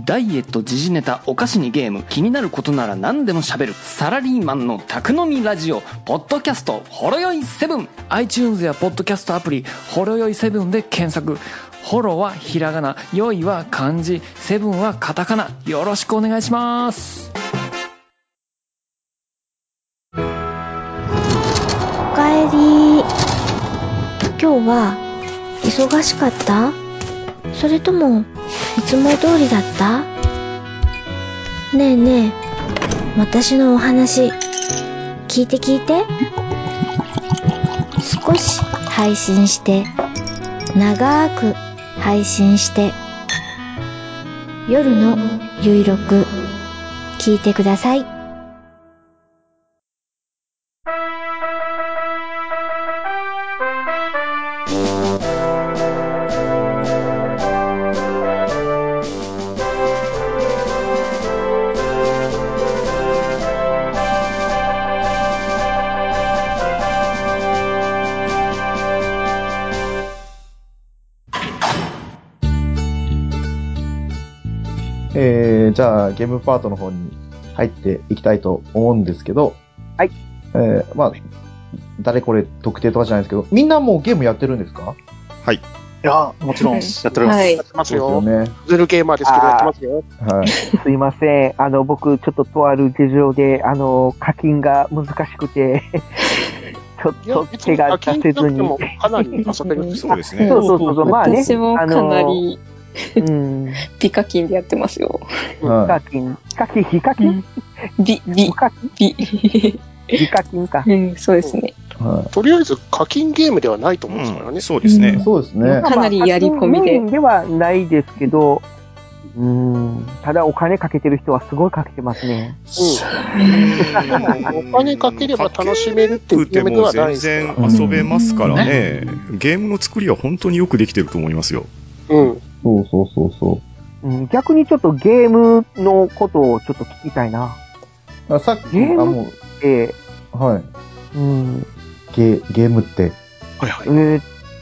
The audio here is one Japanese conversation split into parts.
ダイエット、時事ネタ、お菓子にゲーム、気になることなら何でも喋るサラリーマンの宅飲みラジオ、ポッドキャストほろよい7。 iTunes やポッドキャストアプリほろよい7で検索。ホロはひらがな、よいは漢字、7はカタカナ。よろしくお願いします。 おかえり。今日は忙しかった？それともいつも通りだった？ねえねえ、私のお話聞いて聞いて。少し配信して、長く配信して、夜のゆいろく聞いてください。 じゃあゲームパートの方に入っていきたいと思うんですけど、 はい。 まあ、誰これ特定とかじゃないですけど、みんなもうゲームやってるんですか？ はい。 いや、もちろん、やっております。 はい。 やってますそうよ。 ですよね。 ズルゲーマーですけど、やってますよ。 はい。 すいません。僕、ちょっととある事情で、課金が難しくて、ちょっいや、 と別に手が課金出せずに。 しなくてもかなり遊べるんですよ。 そうですね。 そう。まあね。 私もかなり、 うん。 美課金でやってますよ。 は非課金美課金か。うん、そうですね。 い。はとりあえず課金ゲームではないと思うんですからね。 そうですね。 そうですね。 かなりやり込みでメインではないですけど、ただお金かけてる人はすごいかけてますね。 お金かければ楽しめるっていうゲームではないです全から。 然遊べますからね。ゲームの作りは本当によくできてると思いますよ。 そう。 逆にちょっとゲームのことをちょっと聞きたいな。 さっき、 ゲームもう、はい。ゲームって。 はいはい。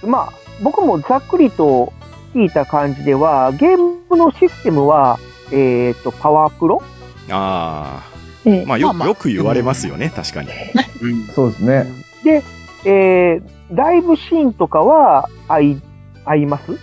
まあ、僕もざっくりと聞いた感じでは、ゲームのシステムは、パワープロ？ ああ。まあよく言われますよね、確かに。 そうですね。 で、ライブシーンとかは合います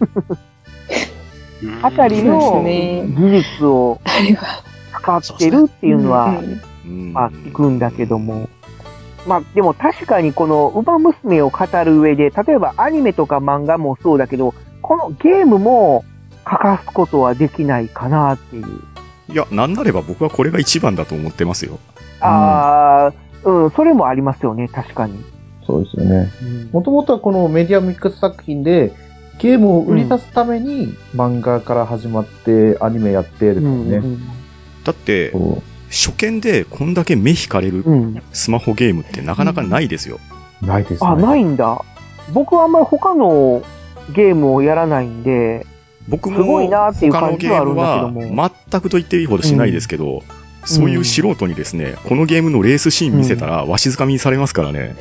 あたりの技術を使ってるっていうのは、まあ聞くんだけども。まあでも確かにこのウマ娘を語る上で、例えばアニメとか漫画もそうだけど、このゲームも欠かすことはできないかなっていう。 いや、なんなれば僕はこれが一番だと思ってますよ。 それもありますよね、確かに。 そうですよね。もともとはこのメディアミックス作品で、ゲームを売り出すために漫画から始まってアニメやってですよね。 だって、初見でこんだけ目引かれるスマホゲームってなかなかないですよ。 ないですね。 あ、ないんだ。僕はあんまり他のゲームをやらないんで、 僕もすごいなっていう他の感じはあるゲームんだけども。 は全くと言っていいほどしないですけど、そういう素人にですね、このゲームのレースシーン見せたらわしづかみにされますからね。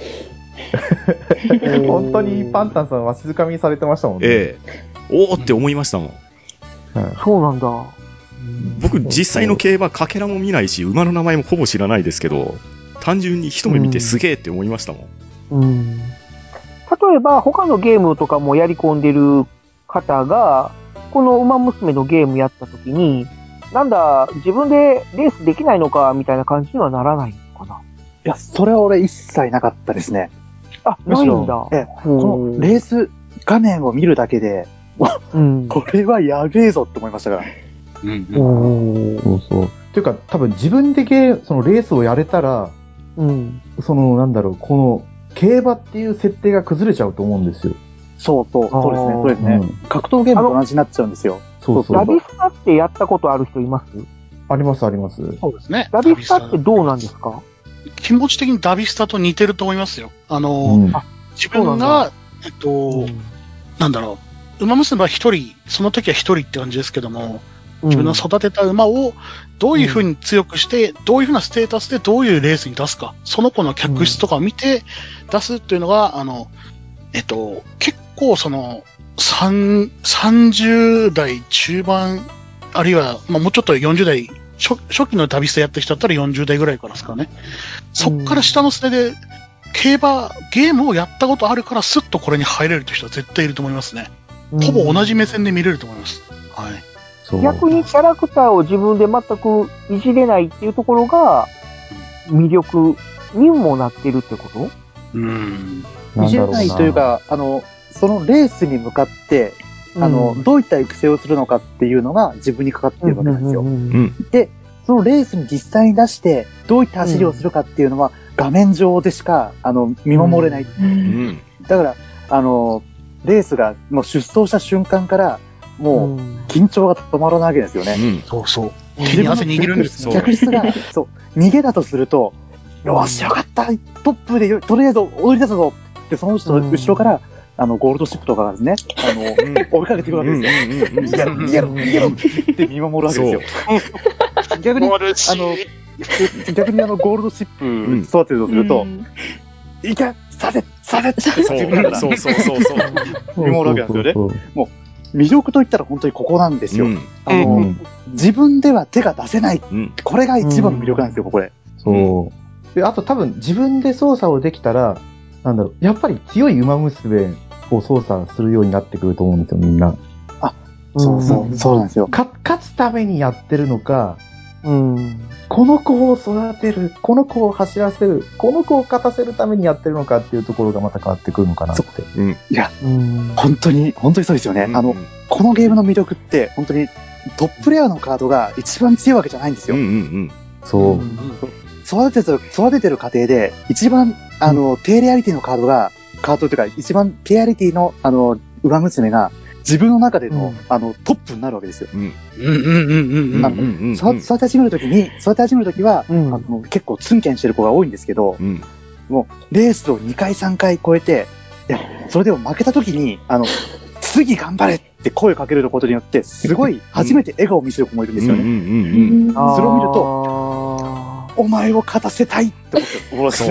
本当にパンタンさんわしづかみにされてましたもんね。 おーって思いましたもん。 そうなんだ。 僕実際の競馬かけらも見ないし馬の名前もほぼ知らないですけど、単純に一目見てすげーって思いましたもん。 例えば他のゲームとかもやり込んでる方がこのウマ娘のゲームやった時に、なんだ自分でレースできないのかみたいな感じにはならないのかな。 いや、それは俺一切なかったですね。 あ、ないんだ。 このレース画面を見るだけで、これはやべえぞって思いましたから。 そうそう。というか、多分自分でそのレースをやれたら、その、なんだろう、この、競馬っていう設定が崩れちゃうと思うんですよ。 そうですね。格闘ゲームと同じになっちゃうんですよ。 ラビスタってやったことある人います？ あります。 そうですね。 ラビスタってどうなんですか？ 気持ち的にダビスタと似てると思いますよ。自分が、なんだろう、馬娘は一人、その時は一人って感じですけども、自分の育てた馬をどういう風に強くして、どういう風なステータスでどういうレースに出すか、その子の客室とかを見て出すっていうのが、結構その、30代中盤あるいは、まあ、もうちょっと40代、初期の旅スタやってる人だったら40代ぐらいからですかね。そっから下の世代で、ゲームをやったことあるからスッとこれに入れるという人は絶対いると思いますね。ほぼ同じ目線で見れると思います。はい。 逆にキャラクターを自分で全くいじれないっていうところが、魅力にもなってるってこと？ いじれないというか、そのレースに向かって、どういった育成をするのかっていうのが自分にかかっているわけなんですよ。で、そのレースに実際に出して、どういった走りをするかっていうのは、画面上でしか、見守れない。だから、レースがもう出走した瞬間から、もう、緊張が止まらないわけですよね。 そうそう。手に汗握るんですよ。 客室が、そう、逃げだとすると、よし、よかった、トップでとりあえず踊り出すぞって、その人の後ろから、ゴールドシップとかがですね、追いかけてくるわけですよ。逃げろって見守るわけですよ。逆に、ゴールドシップ育てるとすると、いけさせって自分からそう。 見守るわけなんですよね。もう、魅力といったら本当にここなんですよ。自分では手が出せない。これが一番の魅力なんですよ、これ。 そう。で、あと多分自分で操作をできたら、なんだろう、やっぱり強い馬娘を操作するようになってくると思うんですよ、みんな。 そうなんですよ。 勝つためにやってるのか、この子を育てる、この子を走らせる、この子を勝たせるためにやってるのかっていうところがまた変わってくるのかなって。 いや、本当にそうですよね。このゲームの魅力って、本当にトップレアのカードが一番強いわけじゃないんですよ。 そう。 育ててる過程で、一番、低レアリティのカードというか、一番低レアリティの、馬娘が、自分の中での、トップになるわけですよ。育て始めるときは、結構ツンケンしてる子が多いんですけど、もう、レースを2回3回超えて、それでも負けたときに、次頑張れって声をかけることによって、すごい、初めて笑顔を見せる子もいるんですよね。それを見ると、お前を勝たせたいって思って、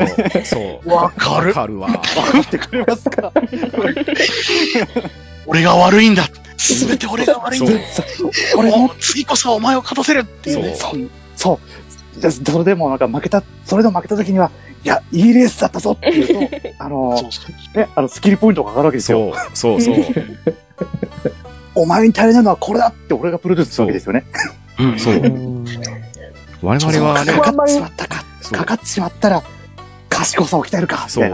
そう。 わかるわ。 わかってくれますか？ 俺が悪いんだ。すべて俺が悪いんだ。次こそお前を勝たせるっていうね。 そう。それでも負けた時には、いや、いいレースだったぞっていうと、スキルポイントが上がるわけですよ。 そう。 お前に足りないのはこれだって俺がプロデュースするわけですよね。 そう。我々はね、 かかってしまったら、賢さを鍛えるか。 そう。い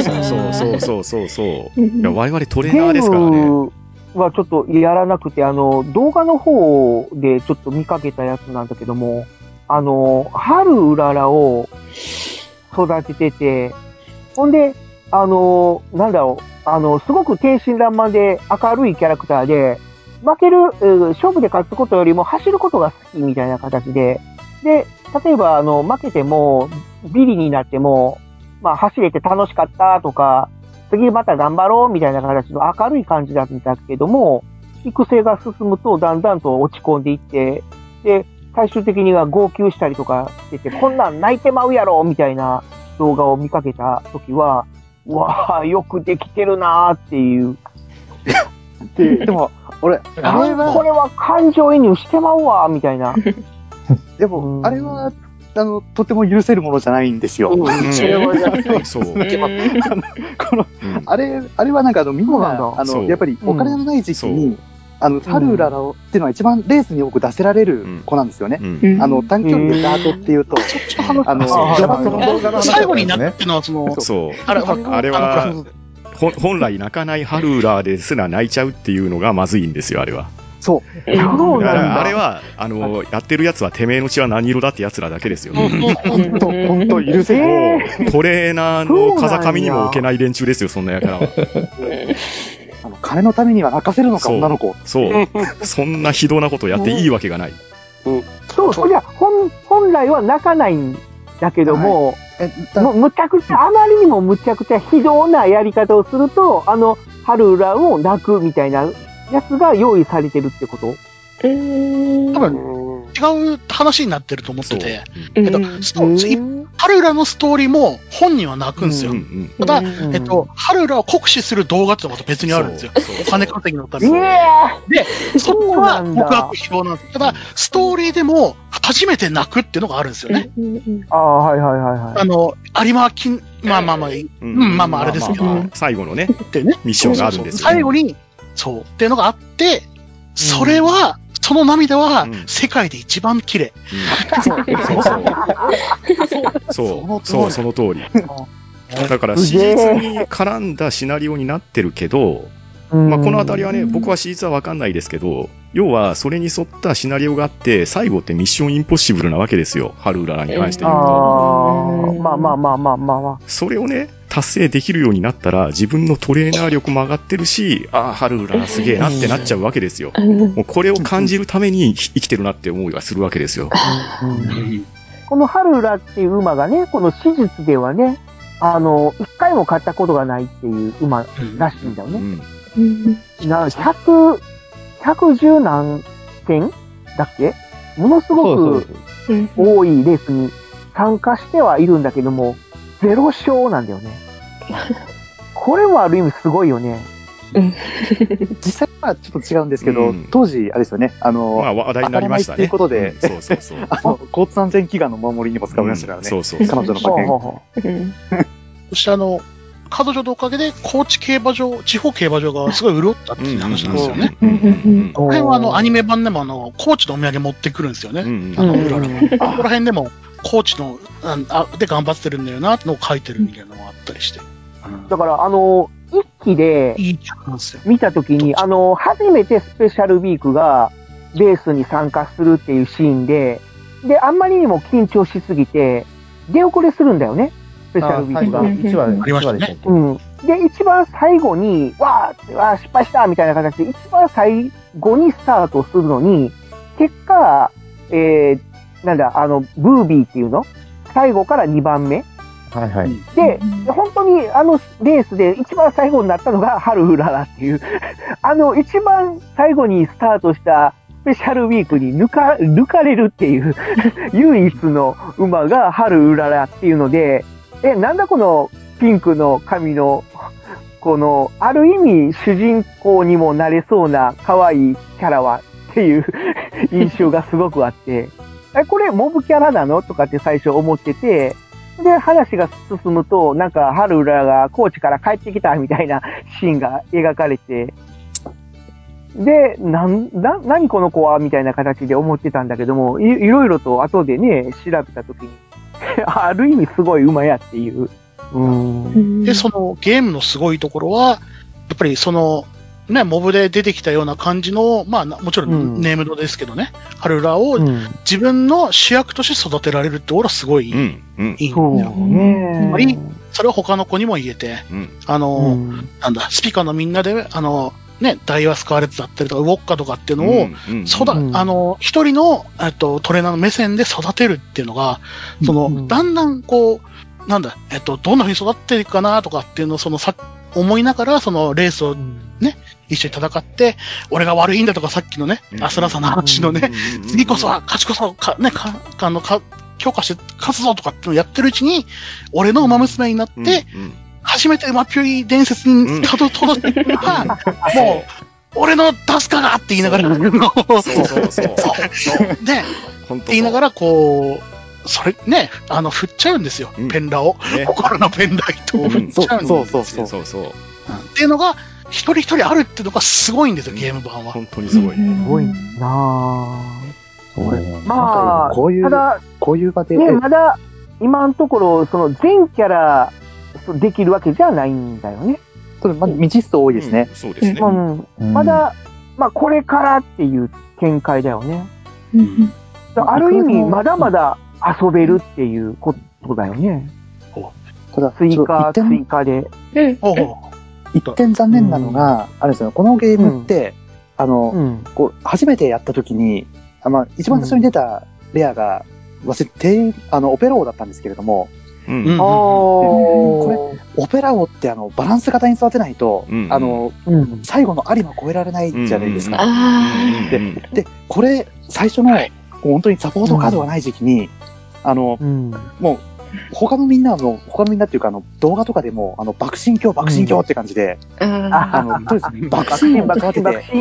や、我々トレーナーですからね。ゲームはちょっとやらなくて、動画の方でちょっと見かけたやつなんだけども、春うららを育ててて、ほんで、なんだろう、すごく天真爛漫で明るいキャラクターで、勝負で勝つことよりも走ることが好きみたいな形で、で、例えば、負けても、ビリになっても、まあ、走れて楽しかったとか、次また頑張ろうみたいな形の明るい感じだったけども、育成が進むとだんだんと落ち込んでいって、で、最終的には号泣したりとかしてて、こんなん泣いてまうやろみたいな動画を見かけたときは、うわぁ、よくできてるなーっていう。 でも、これは感情移入してまうわーみたいな。 でも、あれは、とても許せるものじゃないんですよ。 それはじゃない。 そう。 あれはなんかみんなが、やっぱりお金のない時期に、春うららっていうのは一番レースに多く出せられる子なんですよね。短距離でダートっていうと、 最後になってのはそう。あれは、本来泣かない春うらですら泣いちゃうっていうのがまずいんですよ、あれは。 そう。 あれは、やってるやつはてめえの血は何色だってやつらだけですよ。 本当許せない。トレーナーの風上にも置けない連中ですよ、そんなやからは。 金のためには泣かせるのか、女の子。 そう。そんな非道なことやっていいわけがない。 そう、いや、本来は泣かないんだけども、むちゃくちゃ、あまりにもむちゃくちゃ非道なやり方をすると、春うらを泣くみたいな、やつが用意されてるってこと？ 多分、違う話になってると思ってて。けど、 ハルウラのストーリーも本人は泣くんですよ。ただ、ハルウラを酷使する動画ってのがまた別にあるんですよ。お金稼ぎのために。で、そこは極悪非道なんです。ただ、ストーリーでも初めて泣くっていうのがあるんですよね。 はいはいはいはい。 有馬金、まああれですけど。 最後のね、 ってね、 ミッションがあるんですよ。 最後に、そう、っていうのがあって、それは、その涙は世界で一番綺麗。 そう、その通り。だから史実に絡んだシナリオになってるけど、まあこのあたりはね、僕は史実はわかんないですけど、要はそれに沿ったシナリオがあって、最後ってミッションインポッシブルなわけですよ。ハルウララに関して言うと。 まあ。 それをね、達成できるようになったら、自分のトレーナー力も上がってるし、ハルウララすげえなってなっちゃうわけですよ。もうこれを感じるために生きてるなって思いがするわけですよ。 このハルウラっていう馬がね、この史実ではね、一回も勝ったことがないっていう馬らしいんだよね。110何戦だっけ？ものすごく多いレースに参加してはいるんだけども、0勝なんだよね。これもある意味すごいよね。 実際はちょっと違うんですけど、当時、あれですよね、 話題になりましたね。 ということで、交通安全祈願の守りにも使われましたからね。彼女の馬券。 そして彼女のおかげで、高知競馬場、地方競馬場がすごい潤ったっていう話なんですよね。この辺はアニメ版でも高知のお土産持ってくるんですよね。うららが。ここら辺でも、高知の、で頑張ってるんだよなってのを書いてるみたいなのがあったりして。 だから、一期で、見たときに、初めてスペシャルウィークが、レースに参加するっていうシーンで、あんまりにも緊張しすぎて、出遅れするんだよね。スペシャルウィークが。 1話でしたっけ？で、一番最後に、失敗したみたいな形で、一番最後にスタートするのに、結果、ブービーっていうの？最後から2番目。で、本当にレースで一番最後になったのがハルウララっていう、一番最後にスタートしたスペシャルウィークに抜かれるっていう唯一の馬がハルウララっていうので、なんだこのピンクの髪の、この、ある意味主人公にもなれそうな可愛いキャラはっていう印象がすごくあって、これモブキャラなのとかって最初思ってて、で、話が進むと、なんか、ハルウラが高知から帰ってきたみたいなシーンが描かれて、で、何この子はみたいな形で思ってたんだけども、いろいろと後でね、調べたときに、ある意味すごい馬やっていう。 で、そのゲームのすごいところは、やっぱりその、ね、モブで出てきたような感じの、まあ、もちろんネームドですけどね、ハルウラを自分の主役として育てられるって俺はすごいいいんですよ。つまり、それを他の子にも言えて、スピカのみんなで、ダイワスカーレッツだったりとか、ウォッカとかっていうのを、一人の、トレーナーの目線で育てるっていうのが、だんだんこう、どんな風に育っていくかなとかっていうのを、思いながら、レースをね、一緒に戦って、俺が悪いんだとか、さっきのね、アスラさんの話のね、次こそは、勝ちこそ、強化して勝つぞとかっていうのをやってるうちに、俺の馬娘になって、初めて馬ぴょい伝説にたどり着いたのが、もう、俺の出すかがって言いながら、で、って言いながら、こう、それね、振っちゃうんですよ、ペンラを。心のペンライトを振っちゃうんですよ。っていうのが、一人一人あるっていうのがすごいんですよ、ゲーム版は。 本当にすごい。 すごいなぁ。まあ、ただ、 こういう場で。 ね、まだ、今のところ、全キャラ、できるわけじゃないんだよね。 まだ未知数多いですね。 そうですね。 まだ、まあ、これからっていう見解だよね。ある意味、まだまだ遊べるっていうことだよね。 ただ、 追加で。 一点残念なのが、あれですよ、このゲームって、初めてやった時に、一番最初に出たレアが、オペラ王だったんですけれども、これ、オペラ王ってバランス型に育てないと、最後の有馬超えられないじゃないですか。で、これ、最初の、本当にサポートカードがない時期に、もう、 他のみんなっていうか、動画とかでも、爆心鏡って感じで、とりあえず爆心を育てて、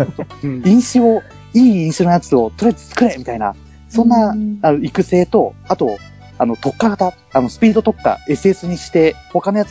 いい飲酒のやつをとりあえず作れみたいな、そんな、育成と、あと、特化型、スピード特化、SS にして、他のス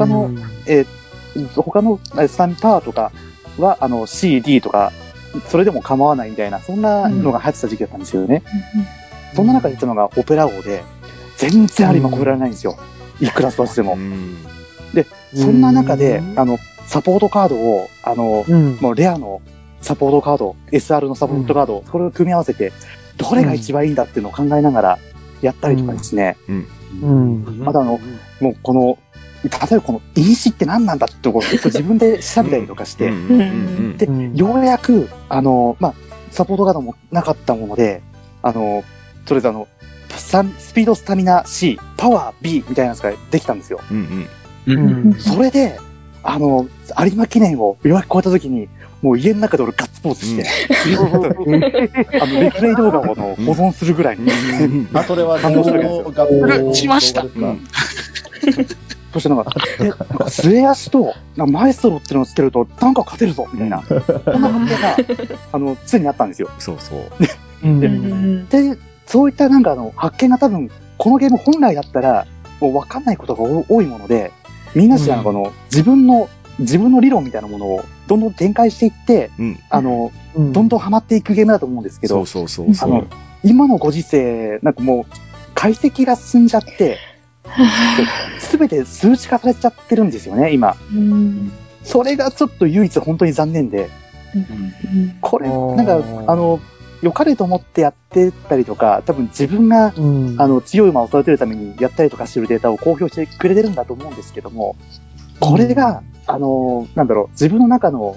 タンパワーとかは、C、D とか、それでも構わないみたいな、そんなのが流行ってた時期だったんですよね。そんな中にいたのがオペラ王で、全然有馬超えられないんですよ。いくら育てても。で、そんな中で、サポートカードを、もうレアのサポートカード、SR のサポートカード、それを組み合わせて、どれが一番いいんだっていうのを考えながらやったりとかですね。またもうこの、例えばこの因子って何なんだってことを自分で調べたりとかして、で、ようやく、サポートカードもなかったもので、とりあえずスピードスタミナ C、パワー B みたいなやつができたんですよ。それで、有馬記念をようやく超えたときに、もう家の中で俺ガッツポーズして、リプレイ動画を保存するぐらいに。 それは感動したわけですよ。 しました。 そしてなんか、末足とマエストロっていうのをつけると、なんか勝てるぞみたいな。そんな発見が、常にあったんですよ。 そうそう。 で、そういったなんか発見が多分、このゲーム本来だったら、もう分かんないことが多いもので、みんなし自分の理論みたいなものをどんどん展開していって、どんどんハマっていくゲームだと思うんですけど、今のご時世、なんかもう、解析が進んじゃって、すべて数値化されちゃってるんですよね、今。それがちょっと唯一本当に残念で、これ、なんか、良かれと思ってやってたりとか、多分自分が、強い馬を育てるためにやったりとかしてるデータを公表してくれてるんだと思うんですけども、これが、自分の中の、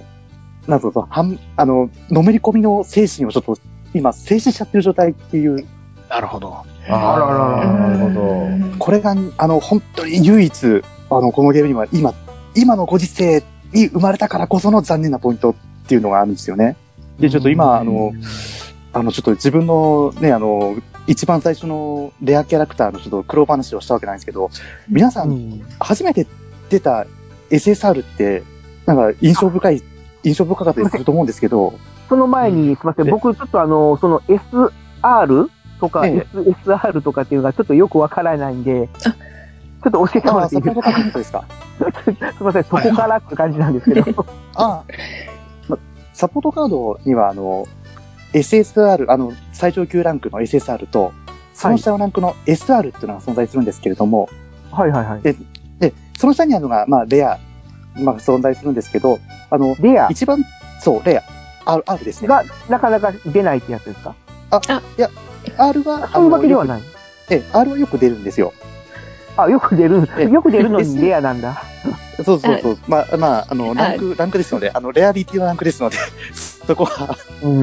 のめり込みの精神をちょっと、今、静止しちゃってる状態っていう。 なるほど。 なるほど。 これが、本当に唯一、このゲームには今のご時世に生まれたからこその残念なポイントっていうのがあるんですよね。で、ちょっと今、ちょっと自分のね、一番最初のレアキャラクターのちょっと苦労話をしたわけなんですけど、皆さん、初めて出た SSR って、なんか印象深かったりすると思うんですけど。 その前に、すみません、僕ちょっとその SR とか SSR とかっていうのがちょっとよくわからないんで、ちょっと教えてもらっていいですか？ サポートカードですか？ すみません、そこからって感じなんですけど。 サポートカードには、SSR、最上級ランクの SSR と、その下のランクの SR っていうのが存在するんですけれども、で、その下にあるのが、レア、存在するんですけど、 レア一番、そう、レア、R ですね。 が、なかなか出ないってやつですか？ いや、R は、 そういうわけではない。 R はよく出るんですよ。 よく出るのにレアなんだ。 そう。ランクですので、レアリティのランクですので、そこは、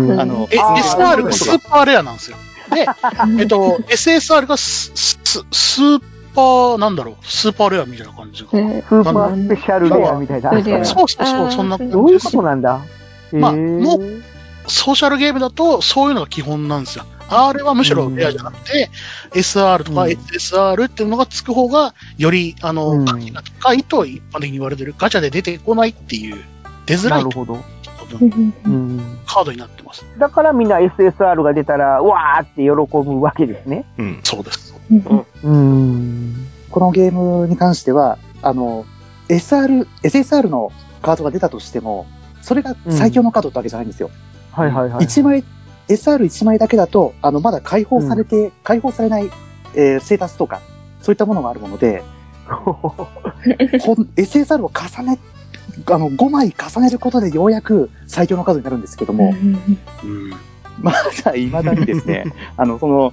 SR がスーパーレアなんですよ。で、SSR がスーパー、スーパーレアみたいな感じが。 スーパースペシャルレアみたいな。 そう、そんな感じです。 どういうことなんだ？ もう、ソーシャルゲームだと、そういうのが基本なんですよ。R はむしろレアじゃなくて、SR とか SSR っていうのがつく方が、より、価値が高いと一般的に言われてる。ガチャで出てこないっていう、出づらい。 なるほど。 カードになってます。 だからみんな SSR が出たら、わーって喜ぶわけですね。 そうです。 このゲームに関しては、SSR のカードが出たとしても、それが最強のカードってわけじゃないんですよ。SR1 枚だけだと、まだ解放されない、ステータスとか、そういったものがあるもので、SSR を5枚重ねることでようやく最強のカードになるんですけども、まだ未だにですね、その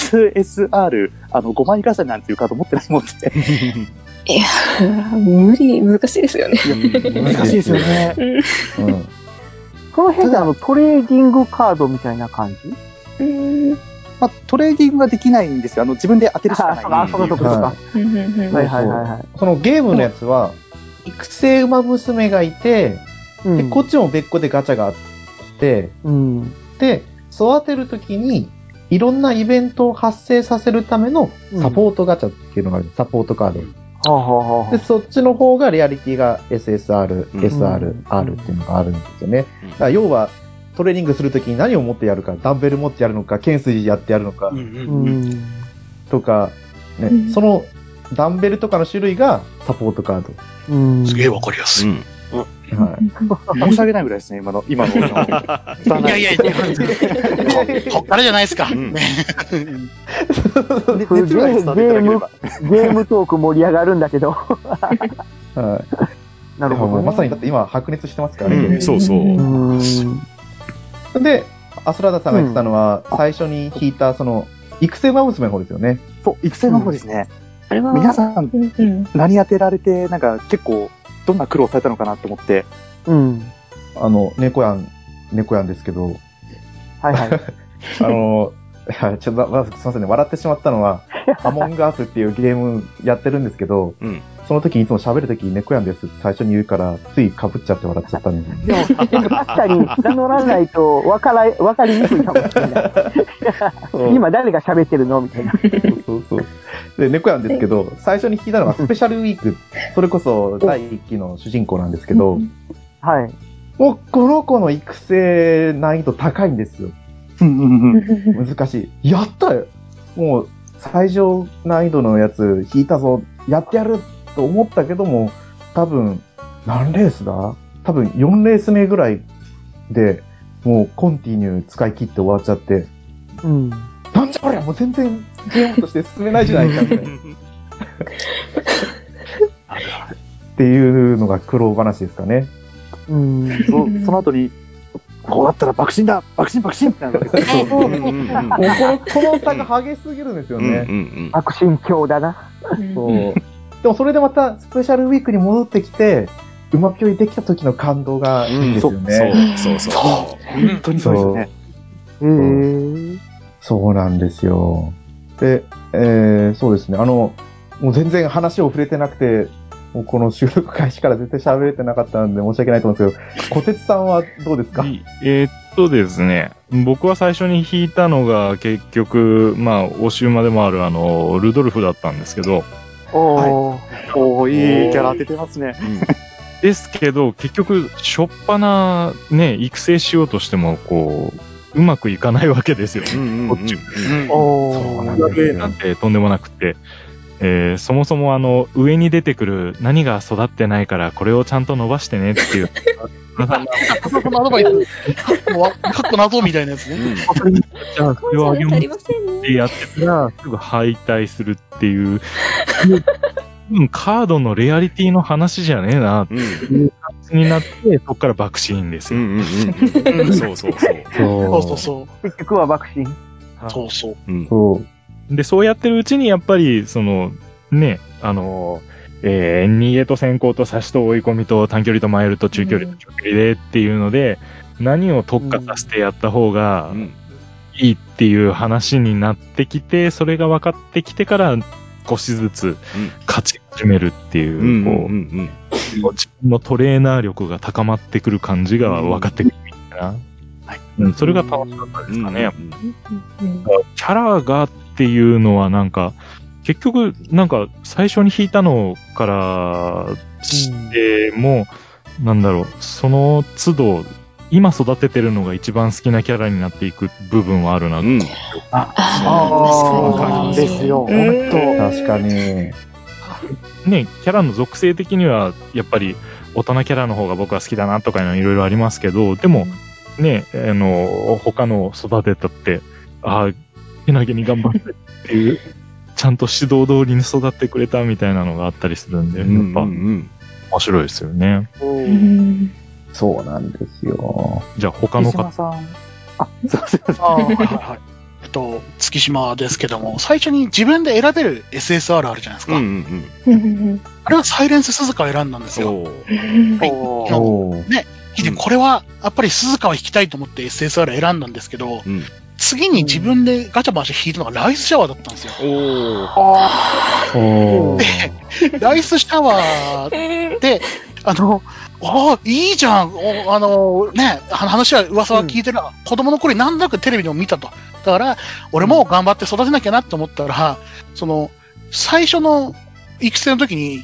SSR、5枚重ねなんていうカード持ってないもんで。 いや、難しいですよね。 難しいですよね。 その辺でトレーディングカードみたいな感じ？ トレーディングはできないんですよ。自分で当てるしかない。 そのところか。 そのゲームのやつは、育成馬娘がいて、でこっちも別個でガチャがあって、で、育てるときに、 いろんなイベントを発生させるためのサポートガチャっていうのがある、サポートカード。で、そっちの方がリアリティが SSR、SR、R っていうのがあるんですよね。だから要は、トレーニングするときに何を持ってやるか、ダンベル持ってやるのか、懸垂やってやるのか、とか、ね、そのダンベルとかの種類がサポートカード。すげえわかりやすい。 はい。申し訳ないぐらいですね、今の。いやいや、こっからじゃないですか。 ゲームトーク盛り上がるんだけど。 はい。 なるほど。 まさにだって今白熱してますからね。 そうそう。 で、アスラダさんが言ってたのは、最初に引いた、その、育成馬娘の方ですよね。 そう、育成の方ですね。皆さん、何当てられて、なんか結構、どんな苦労されたのかなと思って。 猫やんですけど。 はいはい。 ちょっと、まずすいませんね、笑ってしまったのは、アモンガースっていうゲームやってるんですけど、その時にいつも喋る時に猫やんですって最初に言うから、つい被っちゃって笑っちゃったんです。 でも確かに名乗らないと分かりにくいかもしれない。今誰が喋ってるのみたいな。 そう。で、猫やんですけど、最初に聞いたのがスペシャルウィーク、それこそ第1期の主人公なんですけど、 はい。 もうこの子の育成難易度高いんですよ。難しい。やったよ。もう最上難易度のやつ引いたぞ、やってやると思ったけども、多分何レースだ？多分4レース目ぐらいで、もうコンティニュー使い切って終わっちゃって、なんじゃこりゃ、もう全然ゲームとして進めないじゃないかみたいな。っていうのが苦労話ですかね。 その後に、こうなったら爆心だ爆心ってなるわけですよ。 この差が激しすぎるんですよね。 爆心強だな。 そう。でもそれでまたスペシャルウィークに戻ってきて、うまぴょいできた時の感動がいいんですよね。 そう。 本当にそうですよね。 そうなんですよ。で、そうですね。もう全然話を触れてなくて、もうこの収録開始から絶対喋れてなかったんで申し訳ないと思うんですけど、小鉄さんはどうですか？ ですね、僕は最初に弾いたのが結局、推し馬でもあるルドルフだったんですけど。 いいキャラ当ててますね。 ですけど、結局、しょっぱな、ね、育成しようとしても、うまくいかないわけですよ。こっち。そうなんてとんでもなくて。そもそも上に出てくる何が育ってないからこれをちゃんと伸ばしてねっていう。 アドバイス。かっこ謎みたいなやつね。 じゃあ、それをあげますってやってたら、すぐ敗退するっていう。カードのレアリティの話じゃねえなっていう感じになって、そこから爆心ですよ。 そう。 結局は爆心。 そう。 で、そうやってるうちに、やっぱり、逃げと先行と差しと追い込みと短距離とマイルと中距離と長距離でっていうので、何を特化させてやった方がいいっていう話になってきて、それが分かってきてから少しずつ勝ち始めるっていう、自分のトレーナー力が高まってくる感じが分かってくるみたいな。それが楽しかったですかね。キャラがっていうのは結局最初に弾いたのからしても、その都度、今育ててるのが一番好きなキャラになっていく部分はあるな。 ですよ、本当。 確かに。 ね、キャラの属性的には、やっぱり大人キャラの方が僕は好きだなとかいろいろありますけど、でも、ね、他の育てたって、けなげに頑張ってっていう、ちゃんと指導通りに育ってくれたみたいなのがあったりするんで、やっぱ、面白いですよね。 そうなんですよ。 じゃあ他の方。 すいません。 月島ですけども、最初に自分で選べる SSR あるじゃないですか。あれはサイレンス鈴鹿を選んだんですよ。これは、やっぱり鈴鹿を引きたいと思って SSR 選んだんですけど、次に自分でガチャ回して引いたのがライスシャワーだったんですよ。で、ライスシャワーで、いいじゃん、話は、噂は聞いてるな。子供の頃に何となくテレビでも見たと。 だから、俺も頑張って育てなきゃなって思ったら、最初の育成の時に、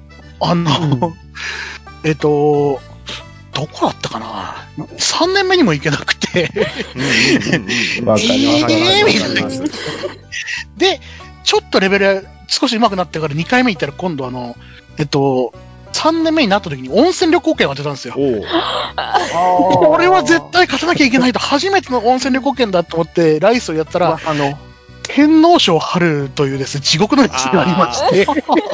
どこだったかな ?3 年目にも行けなくてわかります。 で、ちょっとレベル少し上手くなってから2回目行ったら今度3年目になった時に温泉旅行券が出たんですよ。これは絶対勝たなきゃいけないと、初めての温泉旅行券だと思ってライスをやったら、天皇賞春というですね、地獄の歴史がありまして、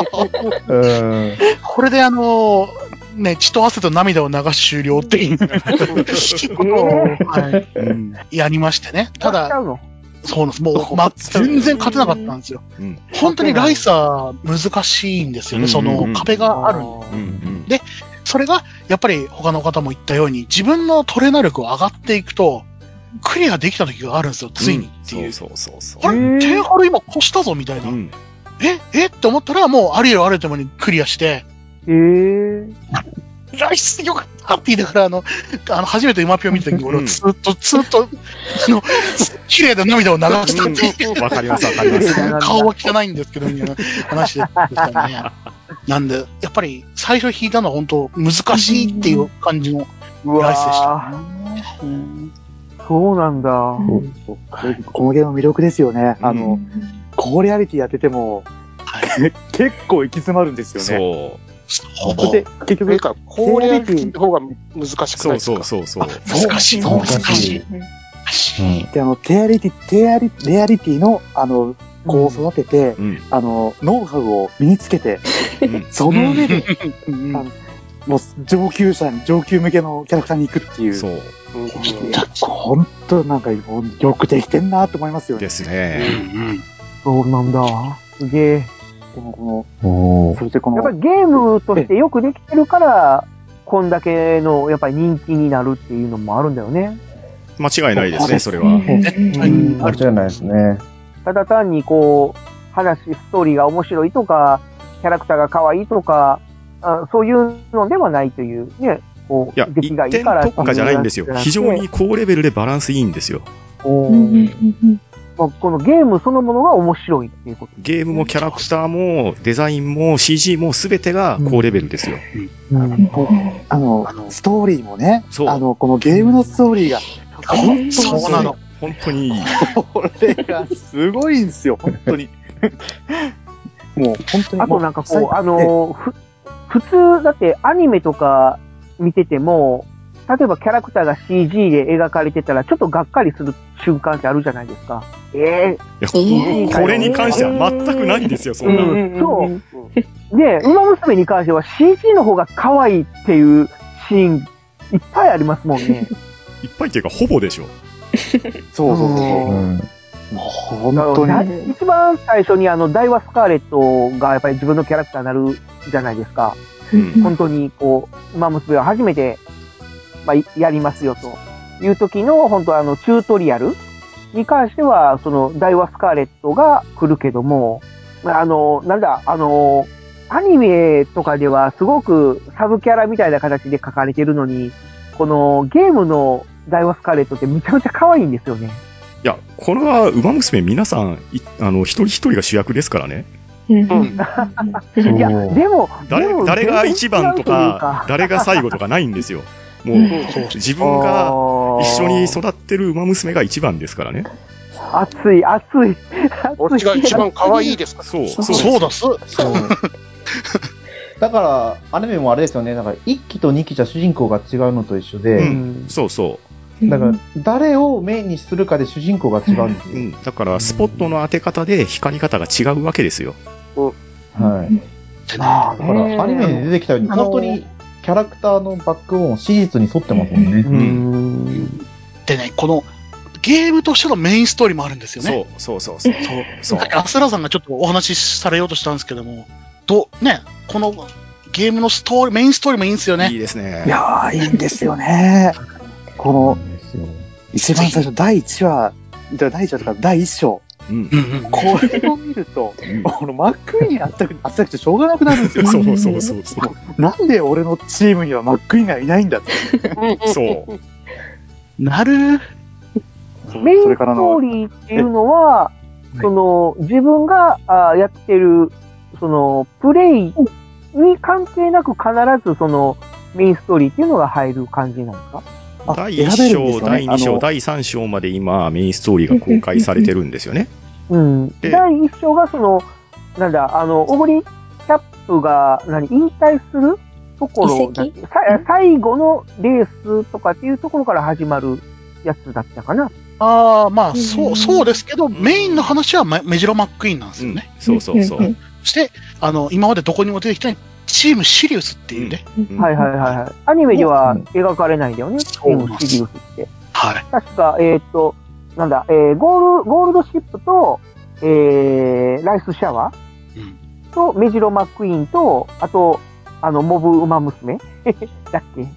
これで血と汗と涙を流し終了っていうことを、やりましてね。ただ、そうなんです。もう、全然勝てなかったんですよ。本当にライサー難しいんですよね。その壁があるんで。で、それが、やっぱり他の方も言ったように、自分のトレーナー力を上がっていくと、クリアできた時があるんですよ、ついにっていう。あれ、テンハル今越したぞみたいな。えって思ったら、もうありよあれともにクリアして、ライスよかったって言いながら、初めて馬ピを見た時に俺はずっと、綺麗な涙を流したっていう。 わかります、わかります。 顔は汚いんですけど、みたいな話でしたね。なんで、やっぱり最初弾いたのは本当難しいっていう感じのライスでした。 そうなんだ。このゲームの魅力ですよね。コーリアリティやってても、結構行き詰まるんですよね。そう。で、結局、 コーリアリティの方が難しくないですか？ そう。 難しい。で、 レアリティの、子を育てて、ノウハウを身につけて、その上で、もう上級向けのキャラクターに行くっていう。そう。本当なんかよくできてんなと思いますよね。 ですね。 そうなんだ。すげえ。でもそしてやっぱりゲームとしてよくできてるから、こんだけのやっぱり人気になるっていうのもあるんだよね。 間違いないですね、それは。 間違いないですね。 ただ単にストーリーが面白いとか、キャラクターが可愛いとか、そういうのではないというね、 いや、一点特化じゃないんですよ。非常に高レベルでバランスいいんですよ。 このゲームそのものが面白いっていうこと。 ゲームもキャラクターもデザインも CG も全てが高レベルですよ。 ストーリーもね、このゲームのストーリーが、 そうなの。 本当にいい。 これがすごいんですよ、本当に。もう本当に。あとなんか普通だってアニメとか見てても、例えばキャラクターが CG で描かれてたらちょっとがっかりする瞬間ってあるじゃないですか。 これに関しては全くないんですよ、そんな。 そう。で、ウマ娘に関しては CG の方が可愛いっていうシーンいっぱいありますもんね。 いっぱいっていうかほぼでしょ。 そう。本当に。一番最初にダイワスカーレットがやっぱり自分のキャラクターになるじゃないですか。本当にウマ娘は初めてやりますよという時の本当チュートリアルに関してはダイワスカーレットが来るけども、アニメとかではすごくサブキャラみたいな形で書かれてるのに、このゲームのダイワスカーレットってめちゃめちゃ可愛いんですよね。 いや、これはウマ娘皆さん一人一人が主役ですからね。 いや、でも誰が一番とか誰が最後とかないんですよ。もう自分が一緒に育ってる馬娘が一番ですからね。 熱い。 こっちが一番可愛いですから。 そうだす。 だからアニメもあれですよね。だから1期と2期じゃ主人公が違うのと一緒で、 そう。 だから誰をメインにするかで主人公が違うんですよ。 だからスポットの当て方で光り方が違うわけですよ。 はい。だからアニメに出てきたように本当にキャラクターのバックボーン、史実に沿ってますもんね。 でね、このゲームとしてのメインストーリーもあるんですよね。 そう。 アスラさんがちょっとお話しされようとしたんですけども、このゲームのメインストーリーもいいんですよね。 いいですね。 いやー、いいんですよね。この、一番最初、第1話とか第1章。これを見ると、マックイーンに会ったくてしょうがなくなるんですよ。 そう。 なんで俺のチームにはマックイーンがいないんだって。 そう。 なる。 メインストーリーっていうのは、自分がやってる、プレイに関係なく必ずメインストーリーっていうのが入る感じなんですか？ 第1章、第2章、第3章まで今、メインストーリーが公開されてるんですよね。 うん。第1章がオグリキャップが引退するところだっけ？最後のレースとかっていうところから始まるやつだったかな。 ああ、まあ、そうですけど、メインの話はメジロマックイーンなんですよね。 そうそうそう。 そして、今までどこにも出てきてないチームシリウスっていうね。 はいはいはいはい。アニメでは描かれないんだよね、チームシリウスって。 はい。 確か、ゴールドシップと、ライスシャワーと、メジロマックイーンと、あと、モブウマ娘だっけ？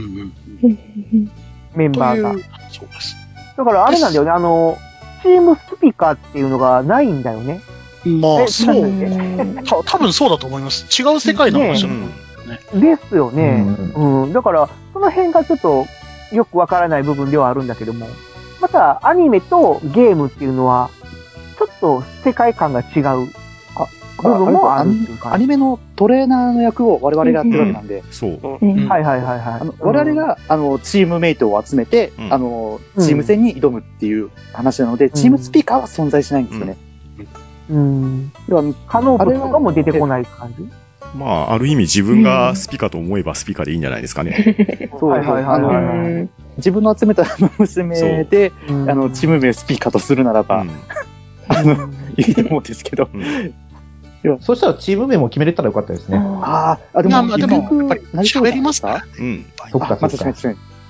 メンバーが。 そうです。 だからあれなんだよね、チームスピカっていうのがないんだよね。 まあ、そう。多分そうだと思います。違う世界の話だと思うんですよね。 ですよね。だから、その辺がちょっとよくわからない部分ではあるんだけども、またアニメとゲームっていうのは、ちょっと世界観が違う部分もあるっていうか。 アニメのトレーナーの役を我々がやってるわけなんで。 そう。 はいはいはいはい。 我々が、チームメイトを集めて、チーム戦に挑むっていう話なので、チームスピーカーは存在しないんですよね。 可能物とかも出てこない感じ？ まあ、ある意味自分がスピカと思えばスピカでいいんじゃないですかね。 そうはいはいはい。自分の集めた娘で、チーム名スピカとするならば、いいと思うんですけど。 そしたらチーム名も決めれたらよかったですね。 でも、やっぱり喋りますか？ そっかそっか。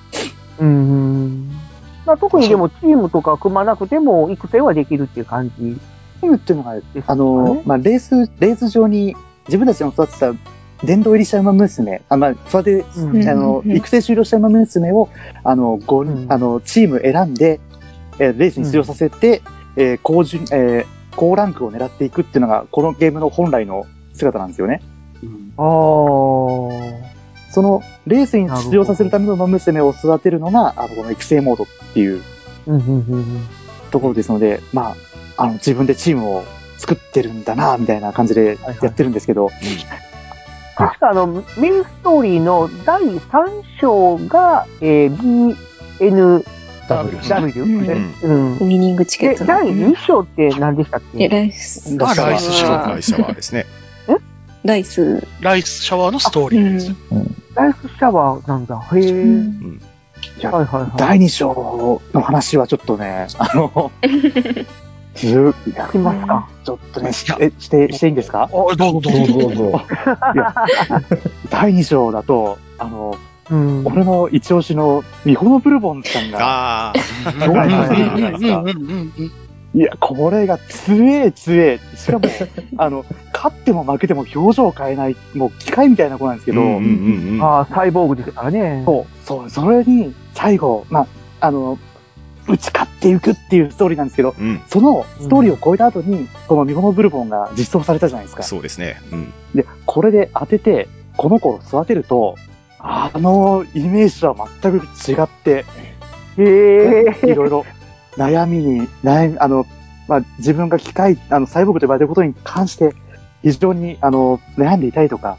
まあ、特にでもチームとか組まなくても育成はできるっていう感じ。 チームっていうのが、まあ、レース上に自分たちの育てた殿堂入りした馬娘、育て、育成終了した馬娘を、チーム選んで、レースに出場させて、高ランクを狙っていくっていうのが、このゲームの本来の姿なんですよね。その、レースに出場させるための馬娘を育てるのが、この育成モードっていうところですので、まあ、自分でチームを作ってるんだな、みたいな感じでやってるんですけど、 確かメインストーリーの第3章が、BNW。 ウィニングチケット。 第2章って何でしたっけ？ ライスシャワーですね。 ライスシャワーのストーリーです。 ライスシャワーなんだ。へぇ。 第2章の話はちょっとね、 やりますか。 ちょっとね、していいんですか？ どうぞ。 第2章だと、俺の一押しのミホノブルボンさんが、いや、これが強え。しかも、勝っても負けても表情を変えない、もう機械みたいな子なんですけど、 サイボーグですからね。 それに、最後、まあ、打ち勝っていくっていうストーリーなんですけど、そのストーリーを超えた後に、このミホノブルボンが実装されたじゃないですか。 そうですね。 で、これで当てて、この子を育てると、イメージとは全く違って、いろいろ自分がサイボーグと呼ばれていることに関して、非常に、悩んでいたりとか、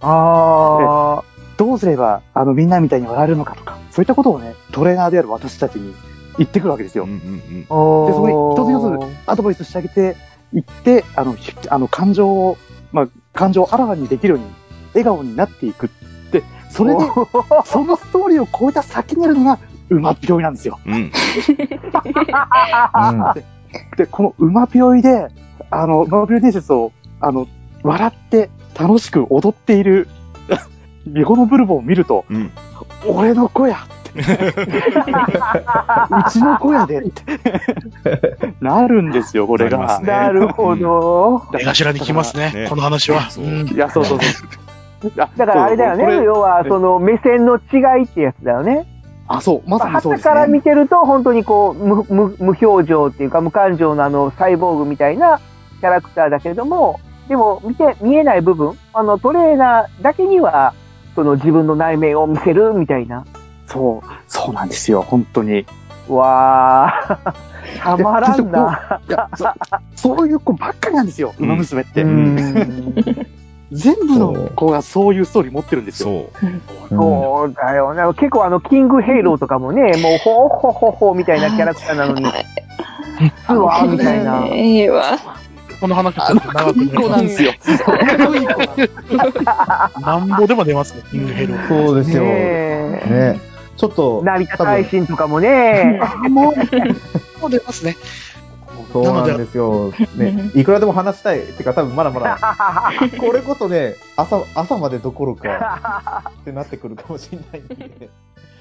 どうすれば、みんなみたいに笑えるのかとか、そういったことをね、トレーナーである私たちに言ってくるわけですよ。で、そこに一つ一つアドバイスしてあげていって、感情をあらわにできるように、笑顔になっていく。で、それで、そのストーリーを超えた先にあるのが、馬ぴょいなんですよ。で、この馬ぴょいで、馬ぴょい伝説を、笑って楽しく踊っている、ミホノブルボンを見ると、俺の子やってうちの子やでってなるんですよ、これが。 なるほど。 目頭にきますね、この話は。 いや、そう。 だからあれだよね、要は、目線の違いってやつだよね。 そう、まさにそうですね。 旗から見てると、本当にこう、無表情っていうか、無感情のサイボーグみたいなキャラクターだけれども、でも、見えない部分、トレーナーだけには、自分の内面を見せるみたいな。 そうなんですよ、本当に。 わー。たまらんな。 いや、そういう子ばっかりなんですよ、ウマ娘って。全部の子がそういうストーリー持ってるんですよ。 そうだよね。結構キングヘイローとかもね、もうほほほほみたいなキャラクターなのに、実は、みたいな。 この話ちょっと長くいい子なんですよ。 なんぼでも出ますね、キングヘイロー。 そうですよ。ね。ちょっと。 成田大臣とかもね。 もう出ますね。 そうなんですよ。ね、いくらでも話したい。てか多分まだまだ。これこそね、朝までどころかってなってくるかもしれないんで。